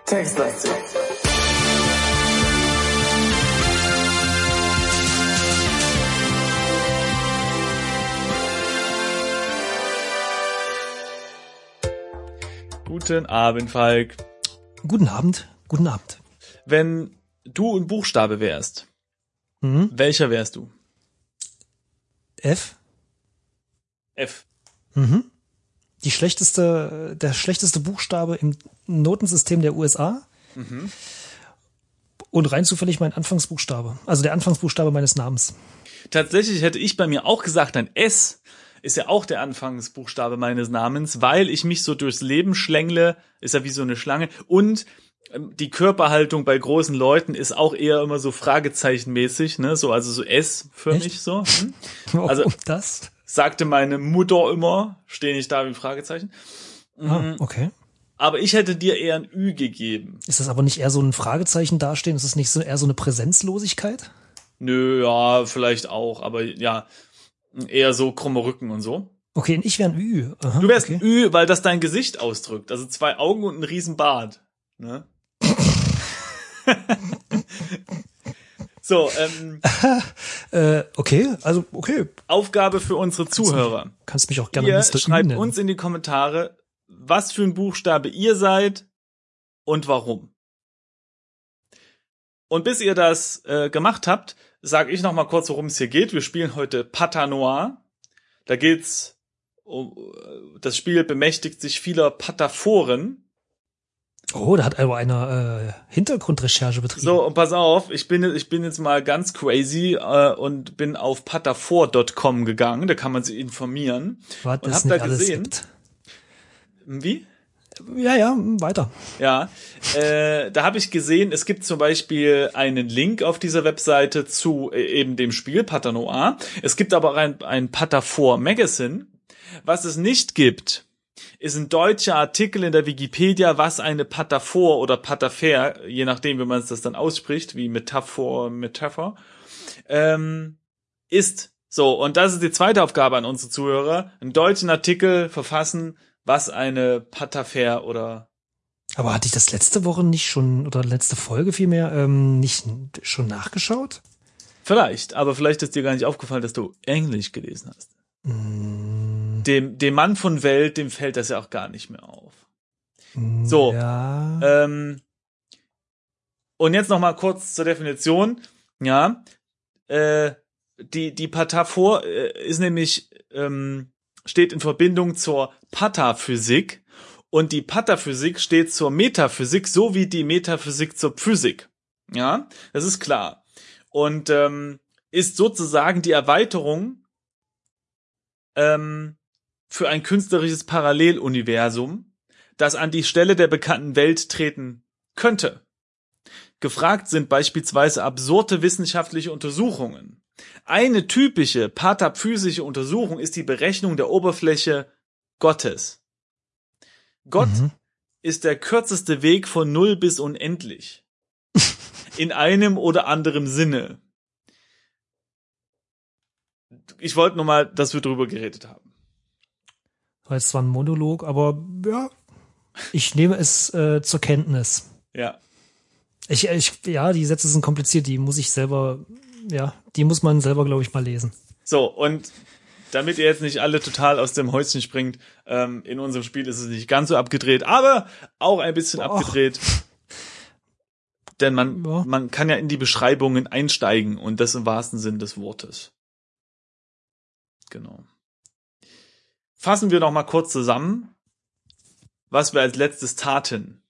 Textlastig. Guten Abend, Falk. Guten Abend. Guten Abend. Wenn du ein Buchstabe wärst, welcher wärst du? F. F. Mhm. Der schlechteste Buchstabe im Notensystem der USA. Mhm. Und rein zufällig mein Anfangsbuchstabe. Also der Anfangsbuchstabe meines Namens. Tatsächlich hätte ich bei mir auch gesagt, ein S ist ja auch der Anfangsbuchstabe meines Namens, weil ich mich so durchs Leben schlängle, ist ja wie so eine Schlange. Und die Körperhaltung bei großen Leuten ist auch eher immer so fragezeichenmäßig, ne? So, also so S-förmig so. Also Warum das? sagte meine Mutter immer, stehe nicht da wie ein Fragezeichen. Ah, okay. Aber ich hätte dir eher ein Ü gegeben. Ist das aber nicht eher so ein Fragezeichen dastehen? Ist das nicht so eher so eine Präsenzlosigkeit? Nö, ja, vielleicht auch, aber ja, eher so krumme Rücken und so. Okay, und ich wäre ein Ü. Aha, Du wärst okay. ein Ü, weil das dein Gesicht ausdrückt. Also 2 Augen und ein riesen Bart. Ne? So, Okay, also okay. Aufgabe für unsere Zuhörer. Kannst mich auch gerne Ihr Mr. Ü schreibt nennen. uns in die Kommentare, was für ein Buchstabe ihr seid und warum. Und bis ihr das gemacht habt, sage ich noch mal kurz, worum es hier geht. Wir spielen heute Patanoir. Da geht's das Spiel bemächtigt sich vieler Pataphoren. Oh, da hat aber einer Hintergrundrecherche betrieben. So, und pass auf, ich bin jetzt mal ganz crazy und bin auf pataphor.com gegangen, da kann man sich informieren. Was Und es hab nicht da alles gesehen. gibt. Wie? Ja, weiter. Ja, da habe ich gesehen, es gibt zum Beispiel einen Link auf dieser Webseite zu eben dem Spiel Patanoir. Es gibt aber auch ein Pataphor Magazine. Was es nicht gibt, ist ein deutscher Artikel in der Wikipedia, was eine Pataphor oder Patapher, je nachdem, wie man es das dann ausspricht, wie Metapher, ist. So, und das ist die zweite Aufgabe an unsere Zuhörer, einen deutschen Artikel verfassen, was eine Patapher oder... Aber hatte ich das letzte Woche nicht schon, oder letzte Folge vielmehr, nicht schon nachgeschaut? Vielleicht, aber vielleicht ist dir gar nicht aufgefallen, dass du Englisch gelesen hast. Dem Mann von Welt, dem fällt das ja auch gar nicht mehr auf. So, Ja. und jetzt noch mal kurz zur Definition. Ja, die Pataphor ist nämlich steht in Verbindung zur Pataphysik und die Pataphysik steht zur Metaphysik, so wie die Metaphysik zur Physik. Ja, das ist klar. Und ist sozusagen die Erweiterung für ein künstlerisches Paralleluniversum, das an die Stelle der bekannten Welt treten könnte. Gefragt sind beispielsweise absurde wissenschaftliche Untersuchungen. Eine typische pataphysische Untersuchung ist die Berechnung der Oberfläche Gottes. Gott ist der kürzeste Weg von 0 bis unendlich. In einem oder anderen Sinne. Ich wollte nur mal, dass wir drüber geredet haben. War jetzt zwar ein Monolog, aber ja, ich nehme es zur Kenntnis. Ja. Ja, die Sätze sind kompliziert, die muss man selber, glaube ich, mal lesen. So, und damit ihr jetzt nicht alle total aus dem Häuschen springt, in unserem Spiel ist es nicht ganz so abgedreht, aber auch ein bisschen abgedreht. Denn man kann ja in die Beschreibungen einsteigen und das im wahrsten Sinn des Wortes. Genau. Fassen wir noch mal kurz zusammen, was wir als letztes taten.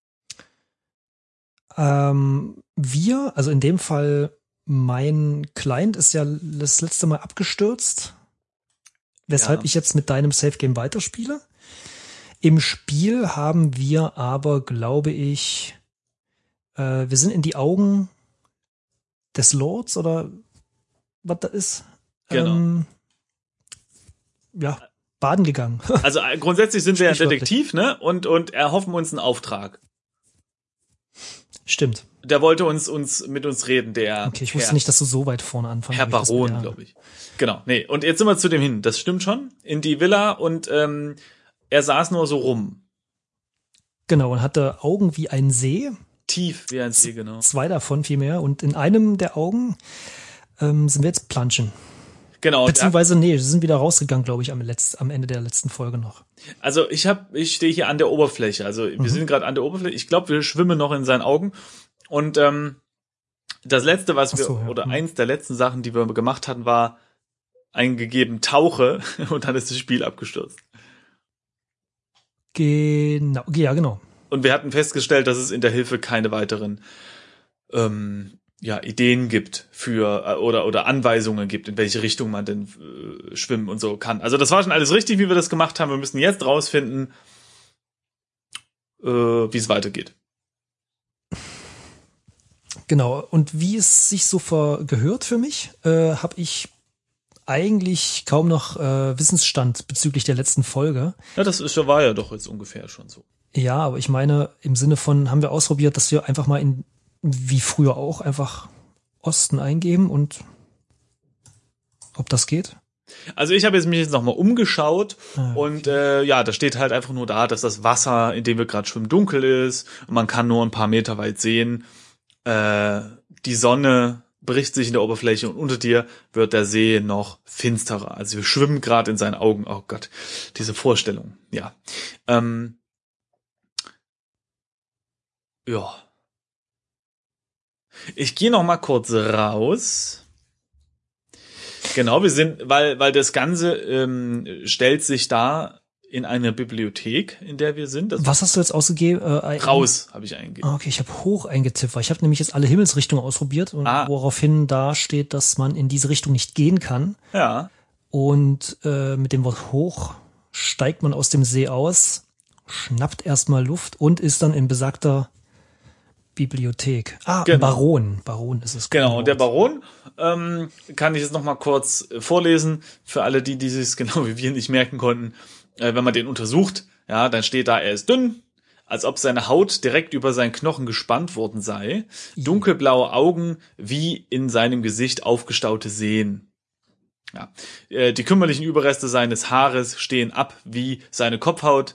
Also in dem Fall, mein Client ist ja das letzte Mal abgestürzt, weshalb ich jetzt mit deinem Safe Game weiterspiele. Im Spiel haben wir aber, glaube ich, wir sind in die Augen des Lords oder was da ist. Genau. Baden gegangen. Also grundsätzlich sind wir ja ein Detektiv, ne? Und erhoffen uns einen Auftrag. Stimmt. Der wollte mit uns reden, der Okay, ich wusste nicht, dass du so weit vorne anfängst. Herr Baron, glaube ich. Genau, nee. Und jetzt sind wir zu dem hin. Das stimmt schon. In die Villa und er saß nur so rum. Genau, und hatte Augen wie ein See. Tief wie ein See, genau. 2 davon vielmehr. Und in einem der Augen sind wir jetzt planschen. Genau. Beziehungsweise, nee, sie sind wieder rausgegangen, glaube ich, am Ende der letzten Folge noch. Also ich stehe hier an der Oberfläche. Also wir sind gerade an der Oberfläche. Ich glaube, wir schwimmen noch in seinen Augen. Und das letzte, eins der letzten Sachen, die wir gemacht hatten, war eingegeben Tauche und dann ist das Spiel abgestürzt. Genau, ja, genau. Und wir hatten festgestellt, dass es in der Hilfe keine weiteren Ideen gibt für oder Anweisungen gibt, in welche Richtung man denn schwimmen und so kann. Also das war schon alles richtig, wie wir das gemacht haben. Wir müssen jetzt rausfinden, wie es weitergeht. Genau, und wie es sich so gehört für mich, habe ich eigentlich kaum noch Wissensstand bezüglich der letzten Folge. Ja, war ja doch jetzt ungefähr schon so. Ja, aber ich meine, im Sinne von, haben wir ausprobiert, dass wir einfach mal wie früher auch, einfach Osten eingeben und ob das geht? Also ich habe mich jetzt nochmal umgeschaut und da steht halt einfach nur da, dass das Wasser, in dem wir gerade schwimmen, dunkel ist und man kann nur ein paar Meter weit sehen. Die Sonne bricht sich in der Oberfläche und unter dir wird der See noch finsterer. Also wir schwimmen gerade in seinen Augen. Oh Gott, diese Vorstellung. Ja. Ja. Ich gehe noch mal kurz raus. Genau, wir sind, weil das Ganze stellt sich da in einer Bibliothek, in der wir sind. Was hast du jetzt ausgegeben? Raus habe ich eingegeben. Okay, ich habe hoch eingetippt, weil ich habe nämlich jetzt alle Himmelsrichtungen ausprobiert und woraufhin da steht, dass man in diese Richtung nicht gehen kann. Ja. Und mit dem Wort hoch steigt man aus dem See aus, schnappt erstmal Luft und ist dann in besagter Bibliothek. Genau. Baron ist es. Genau, und der Baron kann ich jetzt noch mal kurz vorlesen, für alle, die sich genau wie wir nicht merken konnten. Wenn man den untersucht, ja, dann steht da, er ist dünn, als ob seine Haut direkt über seinen Knochen gespannt worden sei. Dunkelblaue Augen, wie in seinem Gesicht aufgestaute Seen. Ja. Die kümmerlichen Überreste seines Haares stehen ab, wie in seine Kopfhaut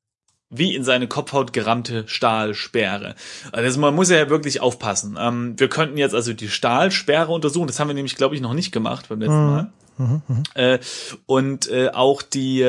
gerammte Stahlsperre. Also man muss ja wirklich aufpassen. Wir könnten jetzt also die Stahlsperre untersuchen. Das haben wir nämlich, glaube ich, noch nicht gemacht beim letzten Mal. Und auch die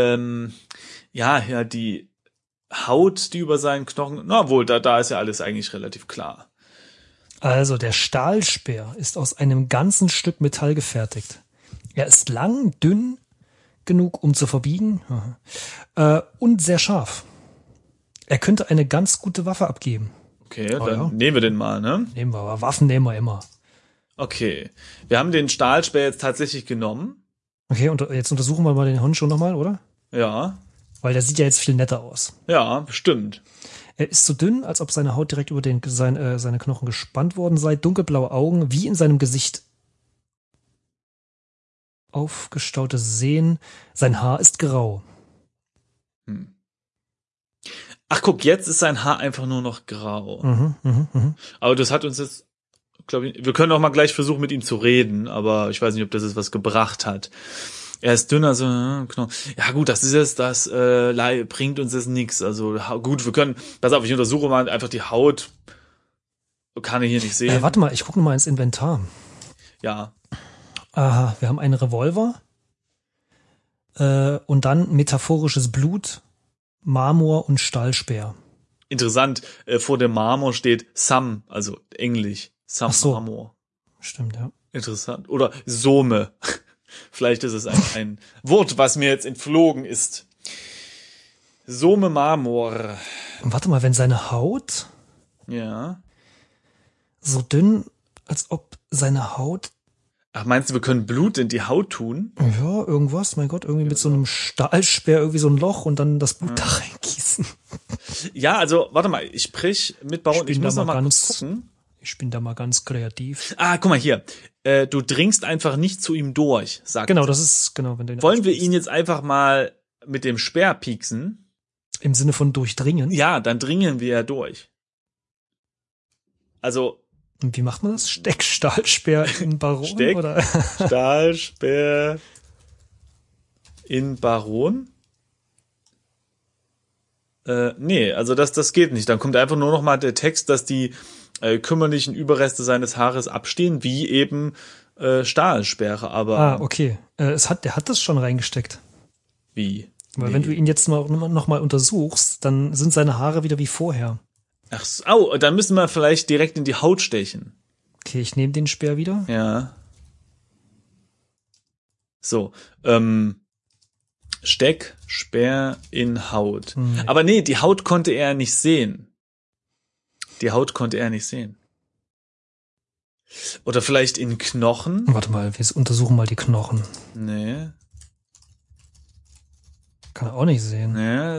die Haut, die über seinen Knochen, da ist ja alles eigentlich relativ klar. Also der Stahlspeer ist aus einem ganzen Stück Metall gefertigt. Er ist lang, dünn genug, um zu verbiegen und sehr scharf. Er könnte eine ganz gute Waffe abgeben. Okay, dann nehmen wir den mal, ne? Nehmen wir, aber Waffen nehmen wir immer. Okay, wir haben den Stahlspeer jetzt tatsächlich genommen. Okay, und jetzt untersuchen wir mal den Honcho nochmal, oder? Ja. Weil der sieht ja jetzt viel netter aus. Ja, bestimmt. Er ist so dünn, als ob seine Haut direkt über seine Knochen gespannt worden sei. Dunkelblaue Augen, wie in seinem Gesicht aufgestaute Seen. Sein Haar ist grau. Ach guck, jetzt ist sein Haar einfach nur noch grau. Aber das hat uns jetzt, glaube ich, wir können auch mal gleich versuchen, mit ihm zu reden, aber ich weiß nicht, ob das jetzt was gebracht hat. Er ist dünner, so, genau. Ja gut, das bringt uns jetzt nichts. Also gut, wir können, pass auf, ich untersuche mal einfach die Haut. Kann ich hier nicht sehen. Warte mal, ich gucke mal ins Inventar. Ja. Aha, wir haben einen Revolver und dann metaphorisches Blut, Marmor und Stahlspeer. Interessant, vor dem Marmor steht Sam, also Englisch, Sam Marmor. Stimmt, ja. Interessant. Oder Some. Vielleicht ist es ein Wort, was mir jetzt entflogen ist. Some Marmor. Und warte mal, wenn seine Haut so dünn, als ob seine Haut... Ach, meinst du, wir können Blut in die Haut tun? Ja, irgendwas, mein Gott, irgendwie mit so einem Stahlspeer irgendwie so ein Loch und dann das Blut da reingießen. Ja, also, warte mal, ich sprich mit Baron, ich muss noch mal kurz gucken. Ich bin da mal ganz kreativ. Guck mal hier. Du dringst einfach nicht zu ihm durch, sagt Genau, das ist, genau. Wenn du Wollen wir ihn jetzt einfach mal mit dem Speer pieksen? Im Sinne von durchdringen? Ja, dann dringen wir ja durch. Also. Und wie macht man das? Stahlspeer in Baron? Oder? Stahlspeer in Baron? Nee, also das geht nicht. Dann kommt einfach nur noch mal der Text, dass die kümmerlichen Überreste seines Haares abstehen, wie eben Stahlsperre, aber. Okay. Der hat das schon reingesteckt. Wie? Weil wenn du ihn jetzt noch mal untersuchst, dann sind seine Haare wieder wie vorher. Ach so, dann müssen wir vielleicht direkt in die Haut stechen. Okay, ich nehme den Speer wieder. Ja. So, Steck, Speer in Haut. Nee. Aber nee, die Haut konnte er nicht sehen. Wir vielleicht in Knochen? Warte mal, wir untersuchen mal die Knochen. Nee. Kann er auch nicht sehen. Nee,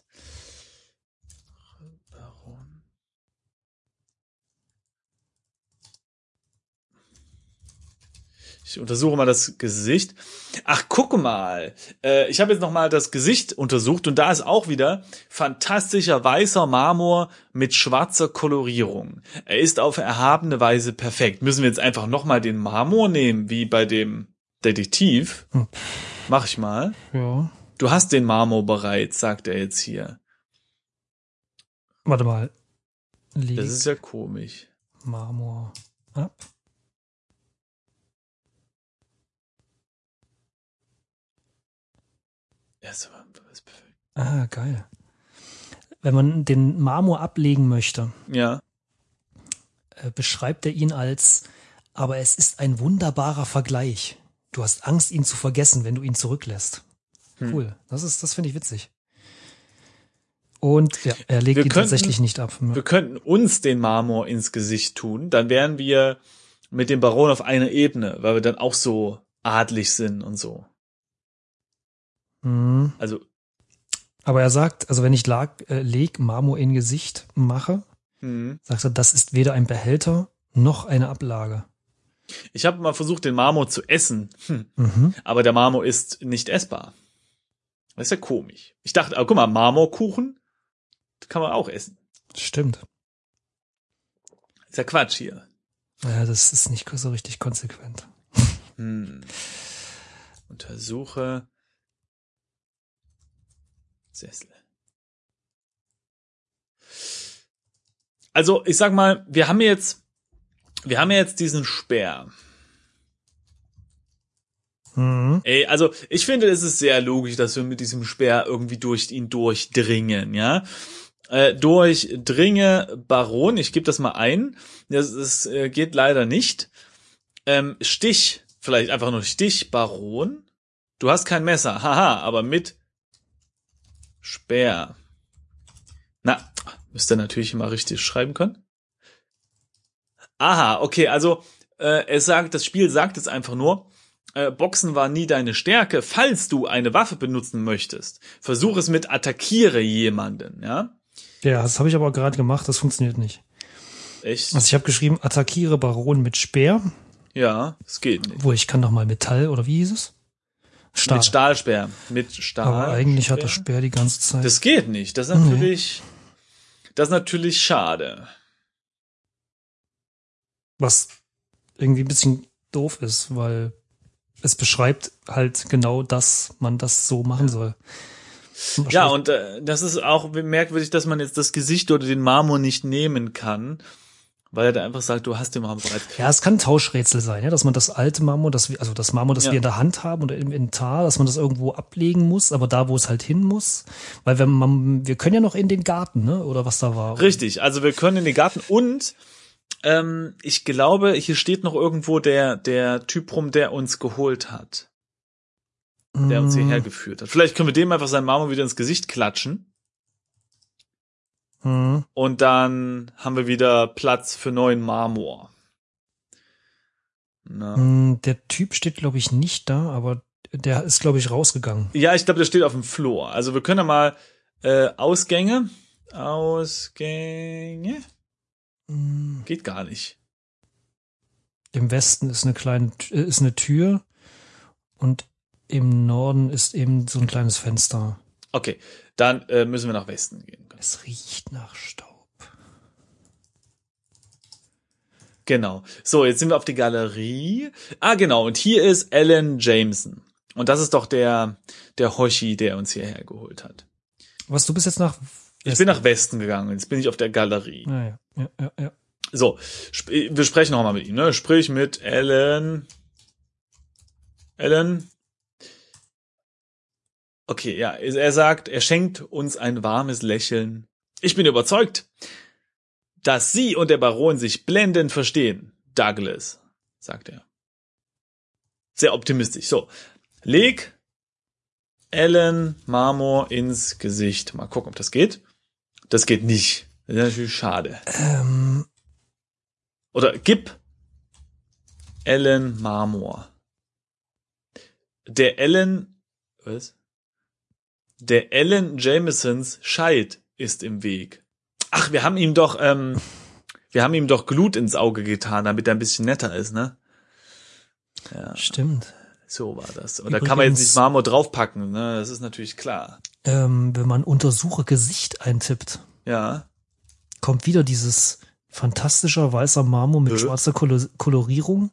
ich untersuche mal das Gesicht. Ach, guck mal. Ich habe jetzt noch mal das Gesicht untersucht und da ist auch wieder fantastischer weißer Marmor mit schwarzer Kolorierung. Er ist auf erhabene Weise perfekt. Müssen wir jetzt einfach noch mal den Marmor nehmen, wie bei dem Detektiv? Mach ich mal. Ja. Du hast den Marmor bereits, sagt er jetzt hier. Warte mal. Das ist ja komisch. Marmor ab. Ist perfekt. Ah, geil. Wenn man den Marmor ablegen möchte, Ja. Beschreibt er ihn als, aber es ist ein wunderbarer Vergleich. Du hast Angst, ihn zu vergessen, wenn du ihn zurücklässt. Cool. Das finde ich witzig. Und ja, er legt ihn tatsächlich nicht ab. Wir könnten uns den Marmor ins Gesicht tun, dann wären wir mit dem Baron auf einer Ebene, weil wir dann auch so adlig sind und so. Also. Aber er sagt, also wenn ich leg Marmor in Gesicht mache, sagt er, das ist weder ein Behälter noch eine Ablage. Ich habe mal versucht, den Marmor zu essen, aber der Marmor ist nicht essbar. Das ist ja komisch. Ich dachte, guck mal, Marmorkuchen, das kann man auch essen. Stimmt. Ist ja Quatsch hier. Ja, das ist nicht so richtig konsequent. Untersuche Sessel. Also, ich sag mal, wir haben jetzt diesen Speer. Ey, also, ich finde, es ist sehr logisch, dass wir mit diesem Speer irgendwie durch ihn durchdringen, ja? Durchdringe Baron, ich gebe das mal ein. Das geht leider nicht. Stich, vielleicht einfach nur Stich Baron. Du hast kein Messer, haha, aber mit Speer. Na, müsst ihr natürlich mal richtig schreiben können. Aha, okay, also das Spiel sagt jetzt einfach nur, Boxen war nie deine Stärke. Falls du eine Waffe benutzen möchtest, versuch es mit attackiere jemanden, ja? Ja, das habe ich aber gerade gemacht, das funktioniert nicht. Echt? Also ich habe geschrieben, attackiere Baron mit Speer. Ja, es geht nicht. Wo ich kann doch mal Metall, oder wie hieß es? Stahl. Mit Stahlspeer. Mit Stahl. Aber eigentlich hat der Speer die ganze Zeit. Das geht nicht. Das ist natürlich schade. Was irgendwie ein bisschen doof ist, weil es beschreibt halt genau, dass man das so machen soll. Ja, und das ist auch merkwürdig, dass man jetzt das Gesicht oder den Marmor nicht nehmen kann, weil er da einfach sagt, du hast den Marmor bereits. Ja, es kann ein Tauschrätsel sein, ja, dass man das alte Marmor, das wir in der Hand haben oder im Inventar, dass man das irgendwo ablegen muss, aber da, wo es halt hin muss, weil wir können ja noch in den Garten, ne, oder was da war. Richtig, also wir können in den Garten und ich glaube, hier steht noch irgendwo der Typ rum, der uns geholt hat. Der uns hierher geführt hat. Vielleicht können wir dem einfach seinen Marmor wieder ins Gesicht klatschen. Und dann haben wir wieder Platz für neuen Marmor. Na. Der Typ steht, glaube ich, nicht da, aber der ist, glaube ich, rausgegangen. Ja, ich glaube, der steht auf dem Flur. Also wir können ja mal Ausgänge. Geht gar nicht. Im Westen ist eine Tür und im Norden ist eben so ein kleines Fenster. Okay, dann müssen wir nach Westen gehen. Es riecht nach Staub. Genau. So, jetzt sind wir auf die Galerie. Ah, genau. Und hier ist Alan Jameson. Und das ist doch der Hoshi, der uns hierher geholt hat. Du bist jetzt nach Ich bin nach Westen gegangen. Jetzt bin ich auf der Galerie. Ja. So, wir sprechen noch mal mit ihm, ne? Sprich mit Alan. Okay, ja, er sagt, er schenkt uns ein warmes Lächeln. Ich bin überzeugt, dass Sie und der Baron sich blendend verstehen, Douglas, sagt er. Sehr optimistisch. So, leg Alan Marmor ins Gesicht. Mal gucken, ob das geht. Das geht nicht. Das ist natürlich schade. Oder gib Alan Marmor. Der Alan Jamesons Scheit ist im Weg. Ach, wir haben ihm doch Glut ins Auge getan, damit er ein bisschen netter ist, ne? Ja. Stimmt. So war das. Und da kann man jetzt nicht Marmor draufpacken, ne? Das ist natürlich klar. Wenn man Untersuche Gesicht eintippt, ja, kommt wieder dieses fantastischer weißer Marmor mit schwarzer Kolorierung.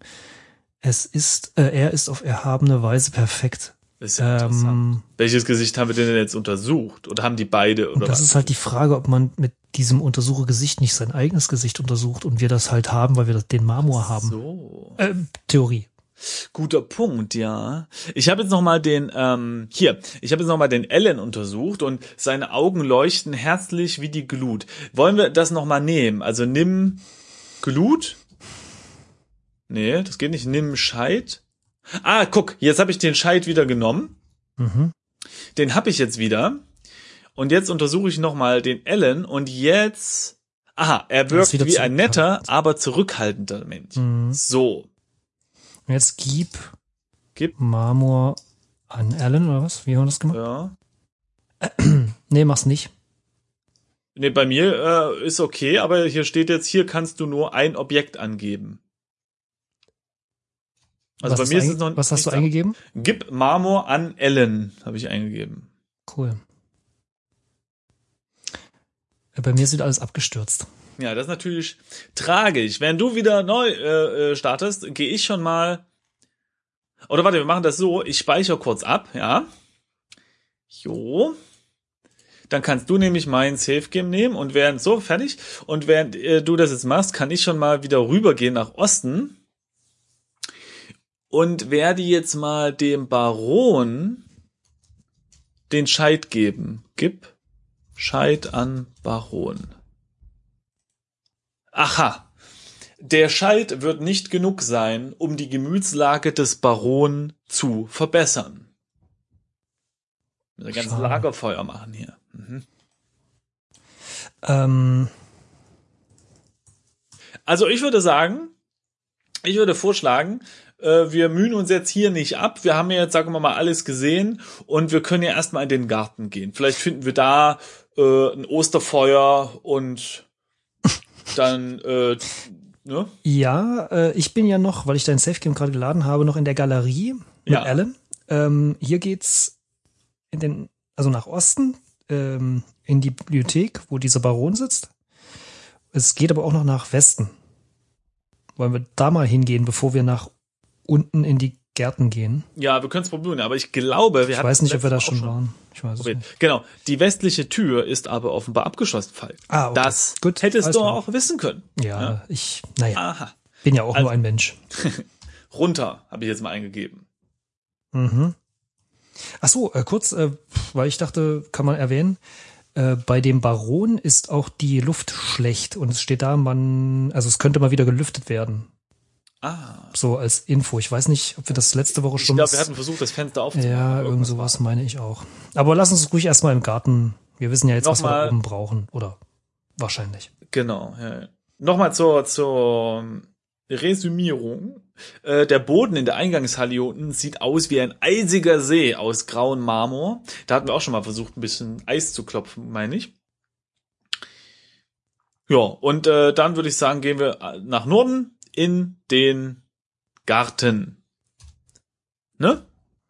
Er ist auf erhabene Weise perfekt. Das ist ja interessant. Welches Gesicht haben wir denn jetzt untersucht? Oder haben die beide? Oder das ist halt die Frage, ob man mit diesem Untersuche Gesicht nicht sein eigenes Gesicht untersucht und wir das halt haben, weil wir den Marmor haben. So. Theorie. Guter Punkt, ja. Ich habe jetzt noch mal den Alan untersucht und seine Augen leuchten herzlich wie die Glut. Wollen wir das noch mal nehmen? Also nimm Glut. Nee, das geht nicht. Nimm Scheit. Ah, guck, jetzt habe ich den Scheit wieder genommen. Mhm. Den habe ich jetzt wieder. Und jetzt untersuche ich noch mal den Alan und jetzt er wirkt wie ein netter, aber zurückhaltender Mensch. Mhm. So. Jetzt gib Marmor an Alan, oder was? Wie haben wir das gemacht? Ja. Nee, mach's nicht. Nee, bei mir ist okay, aber hier steht jetzt, hier kannst du nur ein Objekt angeben. Also bei mir ist es noch. Was hast du eingegeben? Gib Marmor an Alan, habe ich eingegeben. Cool. Bei mir ist wieder alles abgestürzt. Ja, das ist natürlich tragisch. Wenn du wieder neu startest, gehe ich schon mal. Oder warte, wir machen das so. Ich speichere kurz ab, ja. Jo. Dann kannst du nämlich mein Safe Game nehmen und fertig. Und während du das jetzt machst, kann ich schon mal wieder rübergehen nach Osten. Und werde jetzt mal dem Baron den Scheit geben. Gib Scheit an Baron. Aha. Der Scheit wird nicht genug sein, um die Gemütslage des Baron zu verbessern. Wir müssen ein ganzes Lagerfeuer machen hier. Mhm. Also ich würde vorschlagen, wir mühen uns jetzt hier nicht ab. Wir haben ja jetzt, sagen wir mal, alles gesehen und wir können ja erstmal in den Garten gehen. Vielleicht finden wir da ein Osterfeuer und dann, ne? Ja, ich bin ja noch, weil ich dein Safe Game gerade geladen habe, noch in der Galerie mit Alan. Hier geht's nach Osten, in die Bibliothek, wo dieser Baron sitzt. Es geht aber auch noch nach Westen. Wollen wir da mal hingehen, bevor wir nach unten in die Gärten gehen? Ja, wir können es probieren, aber ich glaube, ich weiß nicht, ob wir da schon waren. Ich weiß es nicht. Genau, die westliche Tür ist aber offenbar abgeschlossen, Falk. Okay. Das hättest du auch wissen können. Ja, bin ja auch nur ein Mensch. Runter, habe ich jetzt mal eingegeben. Mhm. Ach so, kurz, weil ich dachte, kann man erwähnen, bei dem Baron ist auch die Luft schlecht und es steht da, es könnte mal wieder gelüftet werden. So als Info. Ich weiß nicht, ob wir das letzte Woche schon... Ich glaube, wir hatten versucht, das Fenster aufzumachen. Ja, irgend sowas meine ich auch. Aber lass uns ruhig erstmal im Garten. Wir wissen ja jetzt, was wir da oben brauchen. Oder wahrscheinlich. Genau. Ja. Nochmal zur Resümierung. Der Boden in der Eingangshalle hier unten sieht aus wie ein eisiger See aus grauem Marmor. Da hatten wir auch schon mal versucht, ein bisschen Eis zu klopfen, meine ich. Ja, und dann würde ich sagen, gehen wir nach Norden in den Garten. Ne?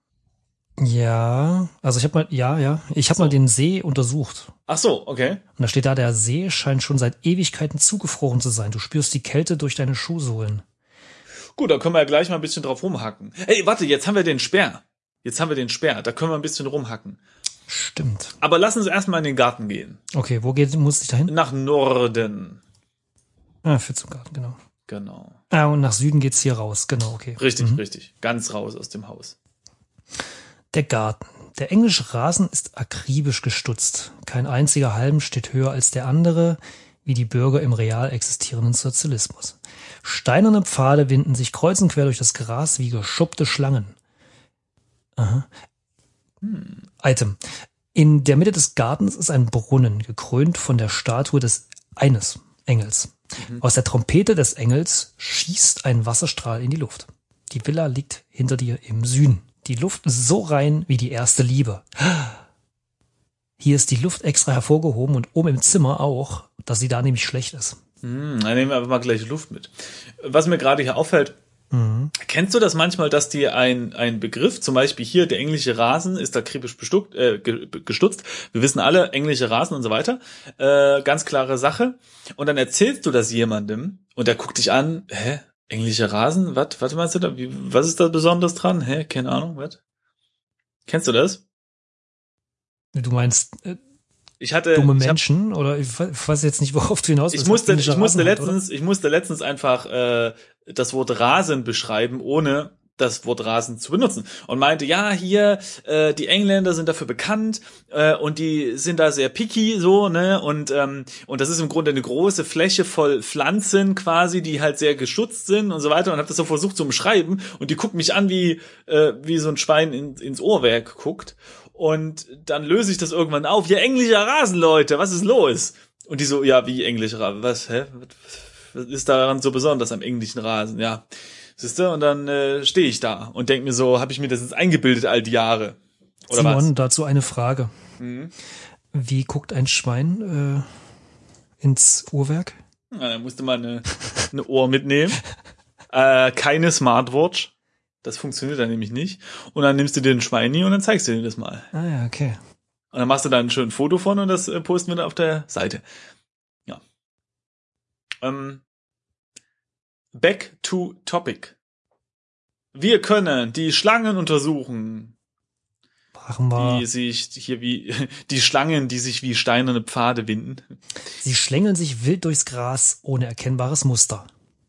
Ja, also ich habe mal den See untersucht. Ach so, okay. Und da steht da, der See scheint schon seit Ewigkeiten zugefroren zu sein. Du spürst die Kälte durch deine Schuhsohlen. Gut, da können wir ja gleich mal ein bisschen drauf rumhacken. Hey, warte, jetzt haben wir den Speer. Da können wir ein bisschen rumhacken. Stimmt. Aber lass uns erstmal in den Garten gehen. Okay, muss ich da hin? Nach Norden. Für zum Garten, genau. Genau. Und nach Süden geht's hier raus, genau, okay. Richtig. Ganz raus aus dem Haus. Der Garten. Der englische Rasen ist akribisch gestutzt. Kein einziger Halm steht höher als der andere, wie die Bürger im real existierenden Sozialismus. Steinerne Pfade winden sich kreuz und quer durch das Gras wie geschuppte Schlangen. Aha. Item. In der Mitte des Gartens ist ein Brunnen, gekrönt von der Statue eines Engels. Aus der Trompete des Engels schießt ein Wasserstrahl in die Luft. Die Villa liegt hinter dir im Süden. Die Luft ist so rein wie die erste Liebe. Hier ist die Luft extra hervorgehoben und oben im Zimmer auch, dass sie da nämlich schlecht ist. Dann nehmen wir einfach mal gleich Luft mit. Was mir gerade hier auffällt, kennst du das manchmal, dass dir ein Begriff, zum Beispiel hier, der englische Rasen ist akribisch gestutzt. Wir wissen alle, englische Rasen und so weiter. Ganz klare Sache. Und dann erzählst du das jemandem und der guckt dich an, englischer Rasen? Was meinst du da? Was ist da besonders dran? Keine Ahnung, was? Kennst du das? Du meinst dumme Menschen? Oder ich weiß jetzt nicht, worauf du hinaus willst. Ich musste letztens einfach das Wort Rasen beschreiben, ohne das Wort Rasen zu benutzen. Und meinte, ja, hier, die Engländer sind dafür bekannt und die sind da sehr picky, so, ne? Und das ist im Grunde eine große Fläche voll Pflanzen quasi, die halt sehr geschützt sind und so weiter. Und habe das so versucht zu beschreiben. Und die guckt mich an, wie so ein Schwein ins Ohrwerk guckt. Und dann löse ich das irgendwann auf. Ja, englischer Rasen, Leute, was ist los? Und die so, ja, wie englischer Rasen? Was ist daran so besonders am englischen Rasen? Ja, siehst du? Und dann stehe ich da und denke mir so, habe ich mir das jetzt eingebildet all die Jahre? Oder Simon, was? dazu eine Frage. Wie guckt ein Schwein ins Uhrwerk? Na, dann musste man eine Ohr mitnehmen. Keine Smartwatch. Das funktioniert dann nämlich nicht. Und dann nimmst du dir ein Schweini und dann zeigst du dir das mal. Ah ja, okay. Und dann machst du da ein schönes Foto von und das posten wir dann auf der Seite. Ja. Back to topic. Wir können die Schlangen untersuchen. Machen wir. Die Schlangen, die sich wie steinerne Pfade winden. Sie schlängeln sich wild durchs Gras ohne erkennbares Muster.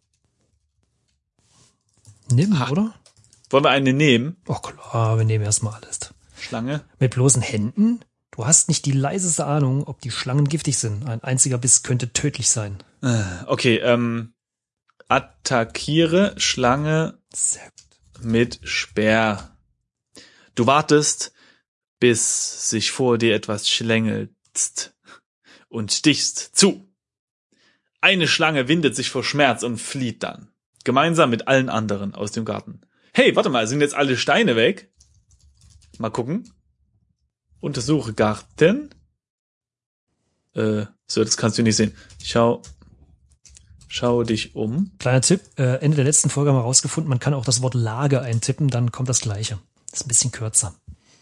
Nimm, oder? Wollen wir eine nehmen? Oh klar, wir nehmen erstmal alles. Schlange? Mit bloßen Händen? Du hast nicht die leiseste Ahnung, ob die Schlangen giftig sind. Ein einziger Biss könnte tödlich sein. Okay, attackiere Schlange mit Speer. Du wartest, bis sich vor dir etwas schlängelst und stichst zu. Eine Schlange windet sich vor Schmerz und flieht dann. Gemeinsam mit allen anderen aus dem Garten. Hey, warte mal, sind jetzt alle Steine weg? Mal gucken. Untersuche Garten. So, das kannst du nicht sehen. Schau dich um. Kleiner Tipp, Ende der letzten Folge haben wir rausgefunden, man kann auch das Wort Lage eintippen, dann kommt das Gleiche. Das ist ein bisschen kürzer.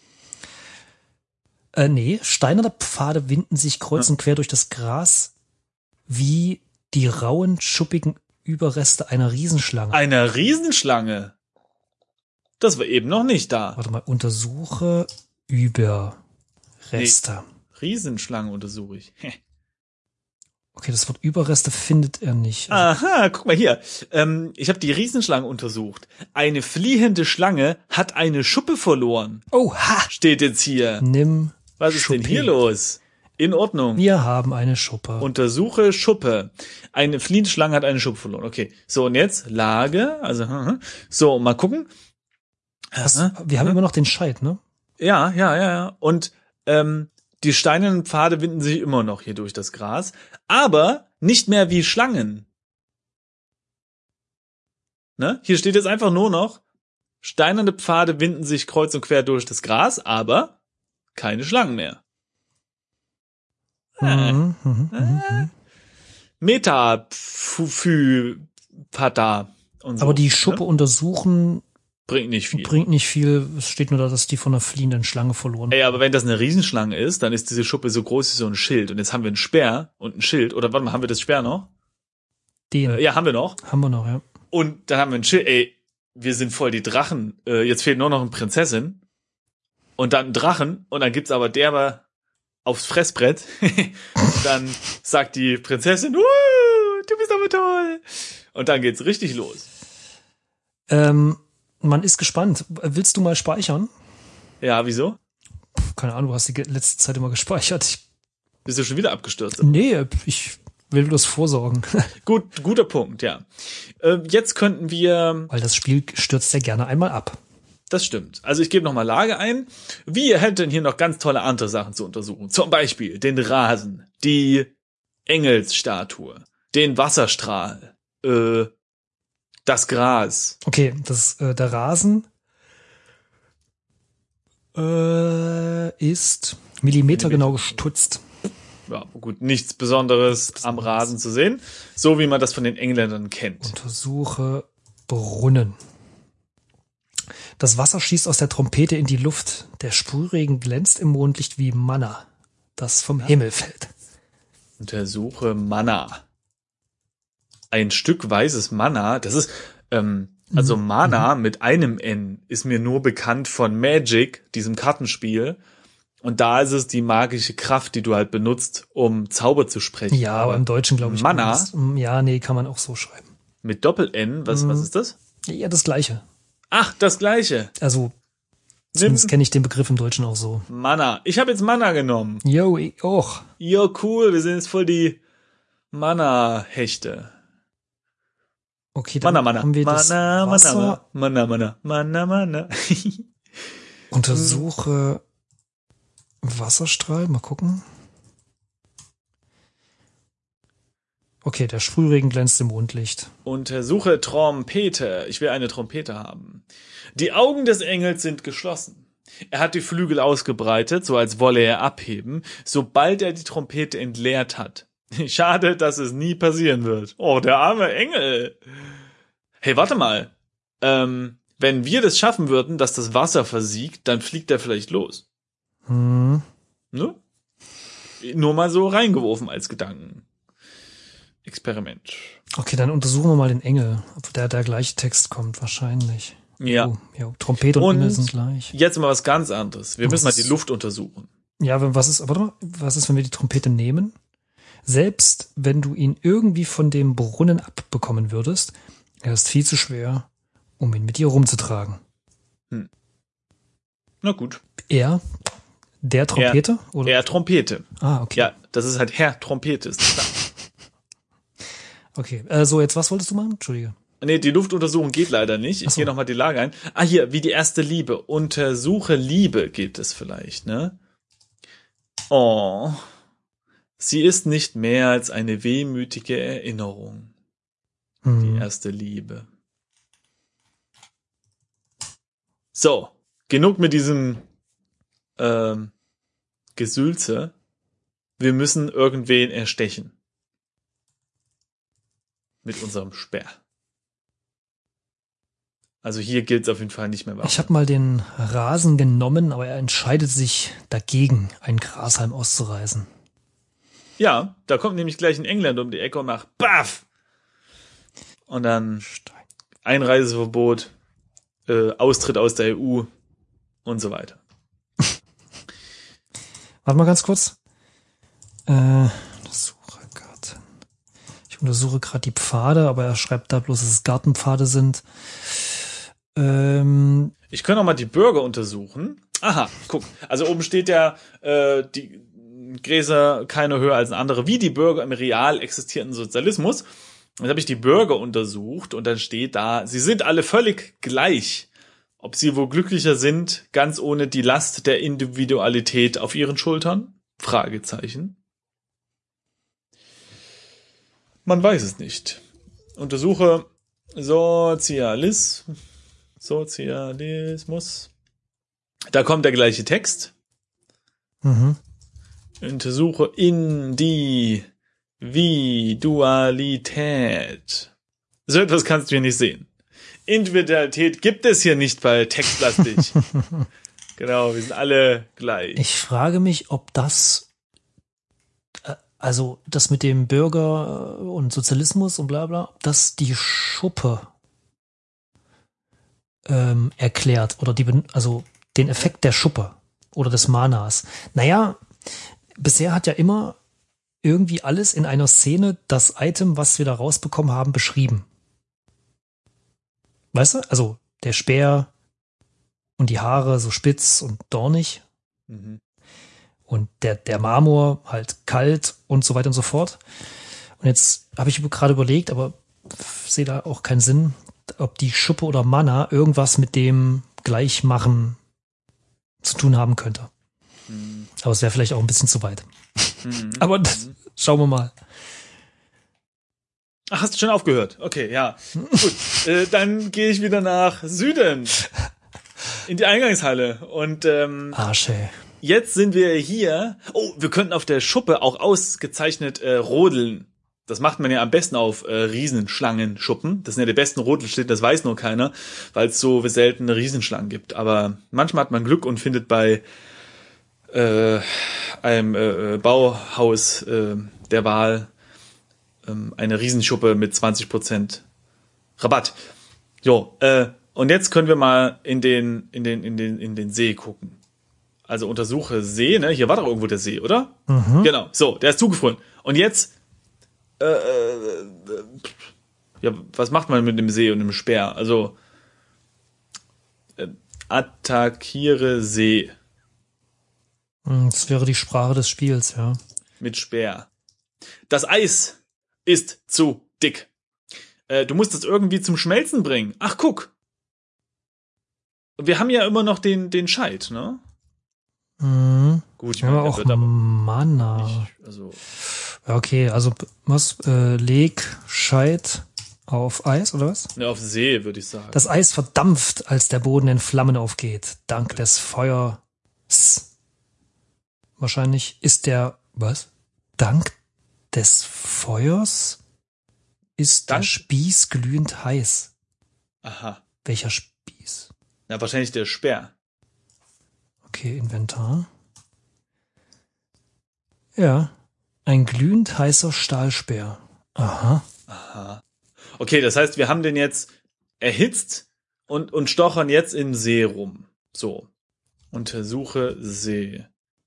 Steinerne Pfade winden sich kreuz und quer durch das Gras wie die rauen, schuppigen Überreste einer Riesenschlange. Einer Riesenschlange? Das war eben noch nicht da. Warte mal, untersuche Überreste. Riesenschlange untersuche ich. Okay, das Wort Überreste findet er nicht. Aha, guck mal hier. Ich habe die Riesenschlange untersucht. Eine fliehende Schlange hat eine Schuppe verloren. Oh, ha! Steht jetzt hier. Nimm Was ist denn hier los? In Ordnung. Wir haben eine Schuppe. Untersuche Schuppe. Eine fliehende Schlange hat eine Schuppe verloren. Okay. So, und jetzt Lage. Also, so, mal gucken. Wir haben immer noch den Scheit, ne? Ja. Und die steinernen Pfade winden sich immer noch hier durch das Gras, aber nicht mehr wie Schlangen. Ne? Hier steht jetzt einfach nur noch, steinerne Pfade winden sich kreuz und quer durch das Gras, aber keine Schlangen mehr. Metaphypata und so. Aber die Schuppe untersuchen bringt nicht viel. Es steht nur da, dass die von einer fliehenden Schlange verloren. Ey, aber wenn das eine Riesenschlange ist, dann ist diese Schuppe so groß wie so ein Schild. Und jetzt haben wir einen Speer und ein Schild. Oder warte mal, haben wir das Speer noch? Ja, haben wir noch. Haben wir noch, ja. Und dann haben wir ein Schild. Ey, wir sind voll die Drachen. Jetzt fehlt nur noch eine Prinzessin. und dann einen Drachen und dann gibt's aber derbe aufs Fressbrett. Dann sagt die Prinzessin, du bist aber toll. Und dann geht's richtig los. Man ist gespannt. Willst du mal speichern? Ja, wieso? Keine Ahnung, du hast die letzte Zeit immer gespeichert. Bist du schon wieder abgestürzt? Nee, ich will bloß vorsorgen. Guter Punkt, ja. Jetzt könnten wir... Weil das Spiel stürzt ja gerne einmal ab. Das stimmt. Also ich gebe nochmal Lage ein. Wir hätten hier noch ganz tolle andere Sachen zu untersuchen. Zum Beispiel den Rasen, die Engelsstatue, den Wasserstrahl, das Gras. Okay, der Rasen ist millimetergenau gestutzt. Ja, gut, nichts Besonderes am Rasen zu sehen. So wie man das von den Engländern kennt. Untersuche Brunnen. Das Wasser schießt aus der Trompete in die Luft. Der Sprühregen glänzt im Mondlicht wie Manna, das vom Himmel fällt. Untersuche Manna. Ein Stück weißes Manna, das ist, also Mana mit einem N ist mir nur bekannt von Magic, diesem Kartenspiel. Und da ist es die magische Kraft, die du halt benutzt, um Zauber zu sprechen. Ja, aber im Deutschen glaube ich. Mana? Ja, nee, kann man auch so schreiben. Mit Doppel-N, was ist das? Ja, das Gleiche. Ach, das Gleiche. Also, zumindest kenne ich den Begriff im Deutschen auch so. Mana. Ich habe jetzt Mana genommen. Yo, ich auch. Jo, cool, wir sind jetzt voll die Mana-Hechte. Okay, dann haben wir das Wasser. Mana. Untersuche Wasserstrahl, mal gucken. Okay, der Sprühregen glänzt im Mondlicht. Untersuche Trompete. Ich will eine Trompete haben. Die Augen des Engels sind geschlossen. Er hat die Flügel ausgebreitet, so als wolle er abheben, sobald er die Trompete entleert hat. Schade, dass es nie passieren wird. Oh, der arme Engel. Hey, warte mal. Wenn wir das schaffen würden, dass das Wasser versiegt, dann fliegt er vielleicht los. Ne? Nur mal so reingeworfen als Gedanken. Experiment. Okay, dann untersuchen wir mal den Engel, ob der gleiche Text kommt, wahrscheinlich. Ja. Ja, Trompete und Engel sind gleich. Jetzt mal was ganz anderes. Wir müssen mal die Luft untersuchen. Ja, was ist, wenn wir die Trompete nehmen? Selbst wenn du ihn irgendwie von dem Brunnen abbekommen würdest, er ist viel zu schwer, um ihn mit dir rumzutragen. Na gut. Der Trompete? Oder? Er Trompete. Ah, okay. Ja, das ist halt Herr Trompete, ist klar. Okay, so jetzt was wolltest du machen? Entschuldige. Nee, die Luftuntersuchung geht leider nicht. Ich gehe nochmal die Lage ein. Ah, hier, wie die erste Liebe. Untersuche Liebe geht es vielleicht, ne? Oh. Sie ist nicht mehr als eine wehmütige Erinnerung. Die erste Liebe. So, genug mit diesem Gesülze. Wir müssen irgendwen erstechen. Mit unserem Speer. Also hier gilt es auf jeden Fall nicht mehr. Ich habe mal den Rasen genommen, aber er entscheidet sich dagegen, einen Grashalm auszureißen. Ja, da kommt nämlich gleich ein Engländer um die Ecke und macht BAFF! Und dann Einreiseverbot, Austritt aus der EU und so weiter. Warte mal ganz kurz. Untersuche Garten. Ich untersuche gerade die Pfade, aber er schreibt da bloß, dass es Gartenpfade sind. Ich kann auch mal die Bürger untersuchen. Aha, guck. Also oben steht ja, die Gräser keine höher als andere, wie die Bürger im real existierenden Sozialismus. Dann habe ich die Bürger untersucht und dann steht da, sie sind alle völlig gleich. Ob sie wohl glücklicher sind, ganz ohne die Last der Individualität auf ihren Schultern? Fragezeichen. Man weiß es nicht. Untersuche Sozialismus. Da kommt der gleiche Text. Untersuche Individualität. So etwas kannst du hier nicht sehen. Individualität gibt es hier nicht bei Textlastig. Genau, wir sind alle gleich. Ich frage mich, ob das, also das mit dem Bürger und Sozialismus und bla bla, ob das die Schuppe erklärt oder also den Effekt der Schuppe. oder des Manas? Naja, bisher hat ja immer irgendwie alles in einer Szene das Item, was wir da rausbekommen haben, beschrieben. Weißt du? Also der Speer und die Haare so spitz und dornig. Mhm. Und der Marmor halt kalt und so weiter und so fort. Und jetzt habe ich gerade überlegt, aber sehe da auch keinen Sinn, ob die Schuppe oder Mana irgendwas mit dem Gleichmachen zu tun haben könnte. Aber es wäre vielleicht auch ein bisschen zu weit. Aber das, schauen wir mal. Ach, hast du schon aufgehört? Okay, ja. Gut, dann gehe ich wieder nach Süden. In die Eingangshalle. Und Arsch, ey. Jetzt sind wir hier. Oh, wir könnten auf der Schuppe auch ausgezeichnet rodeln. Das macht man ja am besten auf Riesenschlangenschuppen. Das sind ja die besten Rodelstädte, das weiß nur keiner, weil es so seltene Riesenschlangen gibt. Aber manchmal hat man Glück und findet bei einem Bauhaus der Wahl eine Riesenschuppe mit 20% Rabatt. Jo, und jetzt können wir mal in den See gucken. Also untersuche See, ne? Hier war doch irgendwo der See, oder? Mhm. Genau, so, der ist zugefroren. Und jetzt ja, was macht man mit dem See und dem Speer? Also attackiere See. Das wäre die Sprache des Spiels, ja. Mit Speer. Das Eis ist zu dick. Du musst es irgendwie zum Schmelzen bringen. Ach, guck. Wir haben ja immer noch den Scheit, ne? Mhm. Gut, ich meine, meine, auch Mana. Nicht, also ja, okay, also was? Leg Scheit auf Eis, oder was? ne, auf See, würde ich sagen. Das Eis verdampft, als der Boden in Flammen aufgeht. Dank des Feuers. Wahrscheinlich ist was? Dank des Feuers ist der Spieß glühend heiß. Aha. Welcher Spieß? Na, wahrscheinlich der Speer. Okay, Inventar. Ja, ein glühend heißer Stahlspeer. Aha. Aha. Okay, das heißt, wir haben den jetzt erhitzt und stochern jetzt im See rum. So. Untersuche See.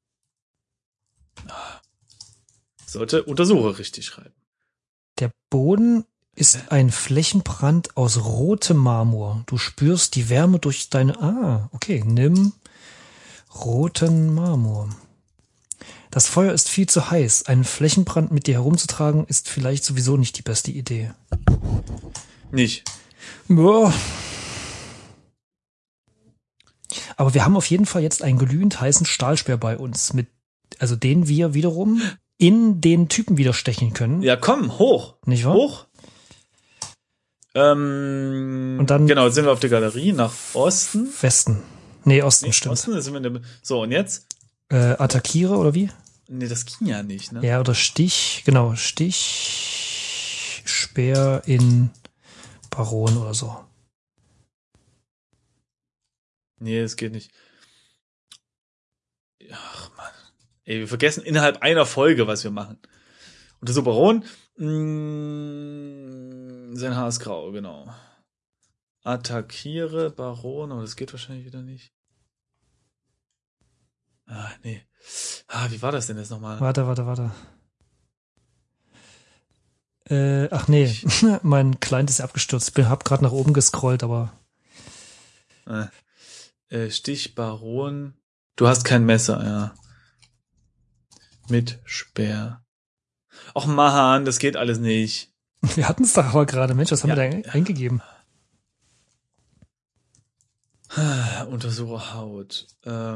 Sollte Untersuche richtig schreiben. Der Boden ist ein Flächenbrand aus rotem Marmor. Du spürst die Wärme durch deine... okay, nimm roten Marmor. Das Feuer ist viel zu heiß. Einen Flächenbrand mit dir herumzutragen, ist vielleicht sowieso nicht die beste Idee. Nicht. Ja. Aber wir haben auf jeden Fall jetzt einen glühend heißen Stahlspeer bei uns, also den wir wiederum in den Typen wieder stechen können. Ja, komm, hoch. Nicht wahr? Hoch. Und dann genau, sind wir auf der Galerie nach Osten. Westen. Nee, Osten, stimmt. Osten, sind wir so, und jetzt? Attackiere, oder wie? Nee, das ging ja nicht, ne? Ja, oder Stich, genau, Stich, Speer in Baron oder so. Nee, es geht nicht. Ach, Mann. Ey, wir vergessen innerhalb einer Folge, was wir machen. Und der Baron, sein Haar ist grau, genau. Attackiere Baron, aber das geht wahrscheinlich wieder nicht. Ah, nee. Wie war das denn jetzt nochmal? Warte. Ach nee, mein Client ist abgestürzt. Ich hab gerade nach oben gescrollt, aber... Stich Baron. Du hast kein Messer, ja. Mit Speer. Och Mann, das geht alles nicht. Wir hatten es doch aber gerade. Mensch, was haben wir da eingegeben? Untersuche Haut.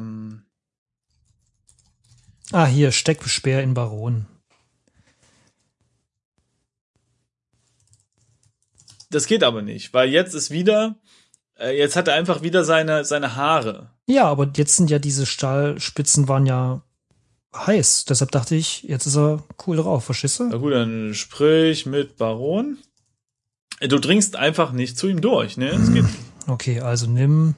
Hier, Steckspeer in Baron. Das geht aber nicht, weil jetzt ist wieder, jetzt hat er einfach wieder seine Haare. Ja, aber jetzt sind ja diese Stahlspitzen waren ja heiß. Deshalb dachte ich, jetzt ist er cool drauf, verstehst du? Na gut, dann sprich mit Baron. Du dringst einfach nicht zu ihm durch, ne? Das geht nicht. Okay, also nimm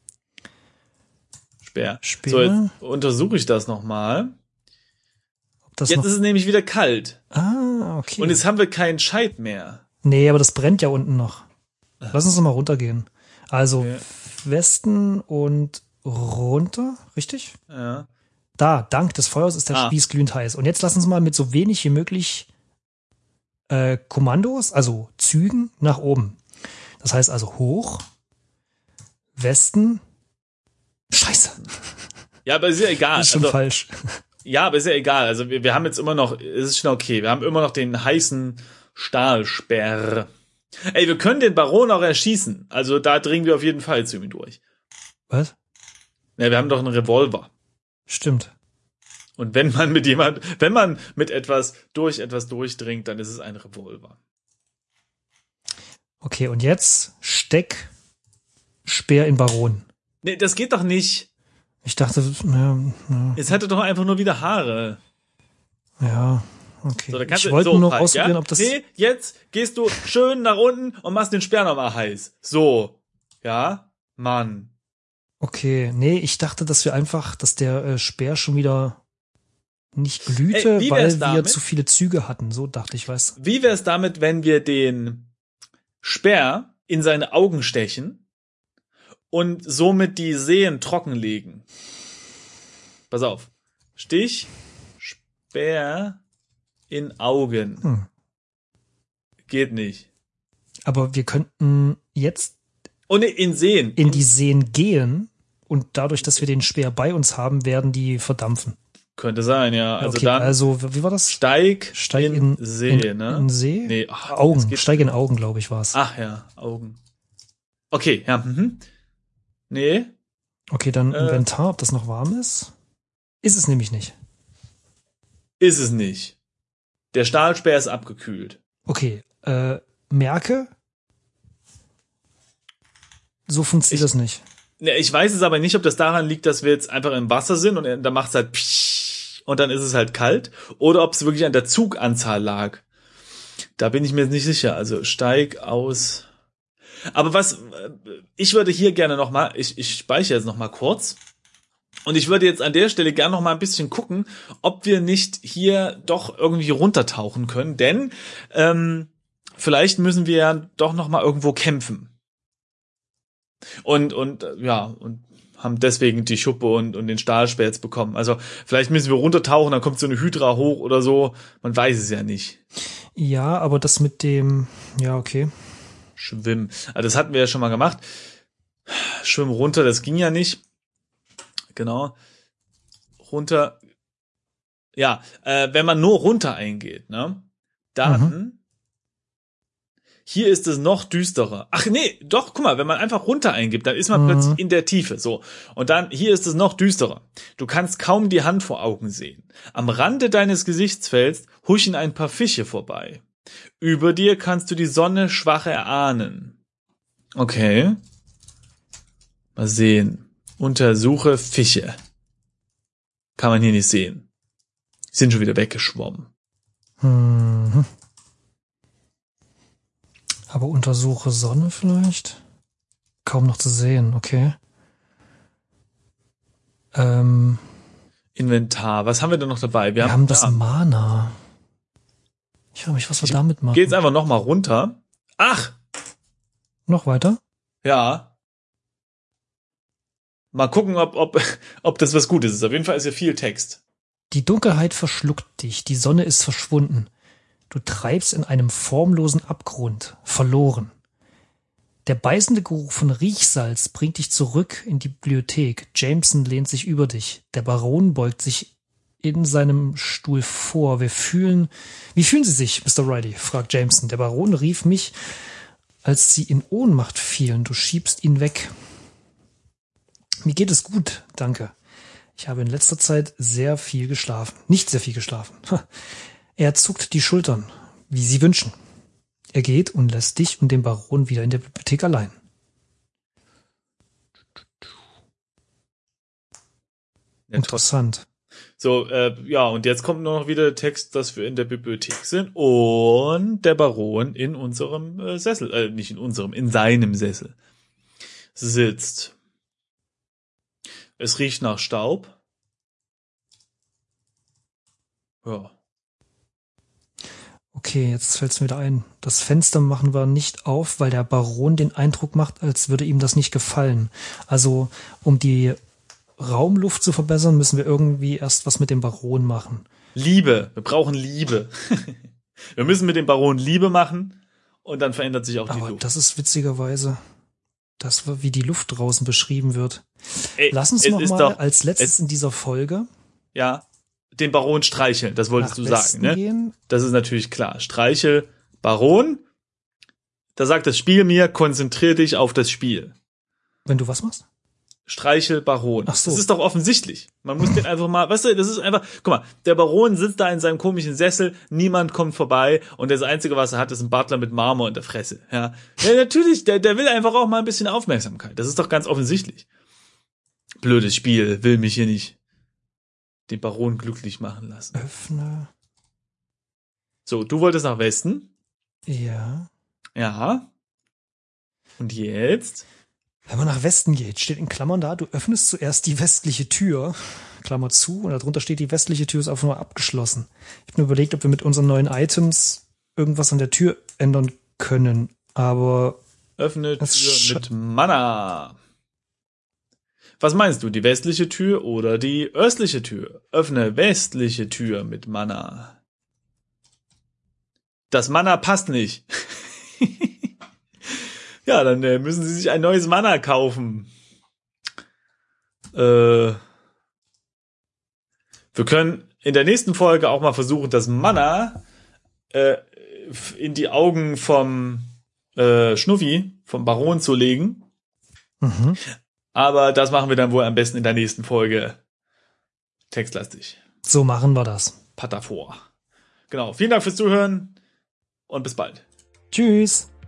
Speer. Speer. So, jetzt untersuche ich das nochmal. Jetzt ist es nämlich wieder kalt. Okay. Und jetzt haben wir keinen Scheit mehr. Nee, aber das brennt ja unten noch. Lass uns noch mal runtergehen. Also Westen und runter, richtig? Ja. Da, dank des Feuers ist der Spieß glühend heiß. Und jetzt lass uns mal mit so wenig wie möglich Kommandos, also Zügen, nach oben. Das heißt also hoch, Westen, Scheiße. Ja, aber ist ja egal. Das ist schon falsch. Ja, aber ist ja egal. Also wir haben jetzt immer noch, es ist schon okay, wir haben immer noch den heißen Stahlsperr. Ey, wir können den Baron auch erschießen. Also da dringen wir auf jeden Fall zu ihm durch. Was? Ja, wir haben doch einen Revolver. Stimmt. Und wenn man mit etwas durchdringt, dann ist es ein Revolver. Okay, und jetzt steck Speer in Baron. Nee, das geht doch nicht. Ich dachte, ja. Es hätte doch einfach nur wieder Haare. Ja, okay. So, ich wollte nur noch ausprobieren, ob das... Nee, jetzt gehst du schön nach unten und machst den Speer nochmal heiß. So. Ja? Mann. Okay, nee, ich dachte, dass der Speer schon wieder nicht glühte, Ey, weil wir zu viele Züge hatten. So dachte ich, weißt du. Wie wär's damit, wenn wir den Speer in seine Augen stechen und somit die Seen trockenlegen? Pass auf. Stich, Speer in Augen. Geht nicht. Aber wir könnten jetzt in Seen. In die Seen gehen und dadurch, dass wir den Speer bei uns haben, werden die verdampfen. Könnte sein, ja. Also okay, dann. Also, wie war das? Steig in See, ne? In See? Nee, Augen. Steig in Augen, glaube ich, war's. Ach ja, Augen. Okay, ja. Nee. Okay, dann Inventar, ob das noch warm ist? Ist es nämlich nicht. Ist es nicht. Der Stahlspeer ist abgekühlt. Okay, merke, so funktioniert das nicht. Ne, ich weiß es aber nicht, ob das daran liegt, dass wir jetzt einfach im Wasser sind und da macht's halt und dann ist es halt kalt, oder ob es wirklich an der Zuganzahl lag. Da bin ich mir jetzt nicht sicher. Also steig aus. Aber ich würde hier gerne nochmal, ich speichere jetzt nochmal kurz. Und ich würde jetzt an der Stelle gerne noch mal ein bisschen gucken, ob wir nicht hier doch irgendwie runtertauchen können, denn vielleicht müssen wir ja doch noch mal irgendwo kämpfen. Und haben deswegen die Schuppe und den Stahlspeer jetzt bekommen. Also vielleicht müssen wir runtertauchen, dann kommt so eine Hydra hoch oder so. Man weiß es ja nicht. Ja, aber das mit dem, ja, okay. Schwimmen. Also das hatten wir ja schon mal gemacht. Schwimmen runter, das ging ja nicht. Genau. Runter. Ja, wenn man nur runter eingeht, ne? Dann hier ist es noch düsterer. Ach nee, doch, guck mal, wenn man einfach runter eingibt, dann ist man plötzlich in der Tiefe. So. Und dann, hier ist es noch düsterer. Du kannst kaum die Hand vor Augen sehen. Am Rande deines Gesichtsfelds huschen ein paar Fische vorbei. Über dir kannst du die Sonne schwach erahnen. Okay. Mal sehen. Untersuche Fische. Kann man hier nicht sehen. Sind schon wieder weggeschwommen. Aber untersuche Sonne vielleicht? Kaum noch zu sehen, okay. Inventar, was haben wir denn noch dabei? Wir haben das Mana. Ich frage mich, was wir damit machen. Geh jetzt einfach nochmal runter. Ach! Noch weiter? Ja. Mal gucken, ob das was Gutes ist. Auf jeden Fall ist ja viel Text. Die Dunkelheit verschluckt dich, die Sonne ist verschwunden. Du treibst in einem formlosen Abgrund, verloren. Der beißende Geruch von Riechsalz bringt dich zurück in die Bibliothek. Jameson lehnt sich über dich. Der Baron beugt sich in seinem Stuhl vor. Wie fühlen Sie sich, Mr. Riley? Fragt Jameson. Der Baron rief mich, als Sie in Ohnmacht fielen. Du schiebst ihn weg. Mir geht es gut, danke. Ich habe in letzter Zeit sehr viel geschlafen. Nicht sehr viel geschlafen. Er zuckt die Schultern, wie Sie wünschen. Er geht und lässt dich und den Baron wieder in der Bibliothek allein. Interessant. So, und jetzt kommt nur noch wieder der Text, dass wir in der Bibliothek sind und der Baron in unserem Sessel, nicht in unserem, in seinem Sessel sitzt. Es riecht nach Staub. Ja. Okay, jetzt fällt es mir wieder ein. Das Fenster machen wir nicht auf, weil der Baron den Eindruck macht, als würde ihm das nicht gefallen. Also, um die Raumluft zu verbessern, müssen wir irgendwie erst was mit dem Baron machen. Liebe. Wir brauchen Liebe. Wir müssen mit dem Baron Liebe machen und dann verändert sich auch die Luft. Aber das ist witzigerweise das, wie die Luft draußen beschrieben wird. Ey, Lass uns noch mal als letztes in dieser Folge den Baron streicheln. Das wolltest du sagen, ne? Gehen. Das ist natürlich klar. Streichel Baron. Da sagt das Spiel mir, konzentrier dich auf das Spiel. Wenn du was machst? Streichel Baron. Ach so. Das ist doch offensichtlich. Man muss den einfach mal, weißt du, das ist einfach, guck mal, der Baron sitzt da in seinem komischen Sessel, niemand kommt vorbei und das Einzige, was er hat, ist ein Butler mit Marmor in der Fresse. Ja, natürlich, der will einfach auch mal ein bisschen Aufmerksamkeit. Das ist doch ganz offensichtlich. Blödes Spiel, will mich hier nicht den Baron glücklich machen lassen. Öffne. So, du wolltest nach Westen? Ja. Ja. Und jetzt? Wenn man nach Westen geht, steht in Klammern da, du öffnest zuerst die westliche Tür, Klammer zu, und darunter steht, die westliche Tür ist einfach nur abgeschlossen. Ich habe mir überlegt, ob wir mit unseren neuen Items irgendwas an der Tür ändern können, aber... Öffne Tür mit Mana. Was meinst du, die westliche Tür oder die östliche Tür? Öffne westliche Tür mit Mana. Das Mana passt nicht. Ja, dann müssen sie sich ein neues Mana kaufen. Wir können in der nächsten Folge auch mal versuchen, das Mana in die Augen vom Schnuffi, vom Baron zu legen. Mhm. Aber das machen wir dann wohl am besten in der nächsten Folge. Textlastig. So machen wir das. Patafor. Genau. Vielen Dank fürs Zuhören und bis bald. Tschüss.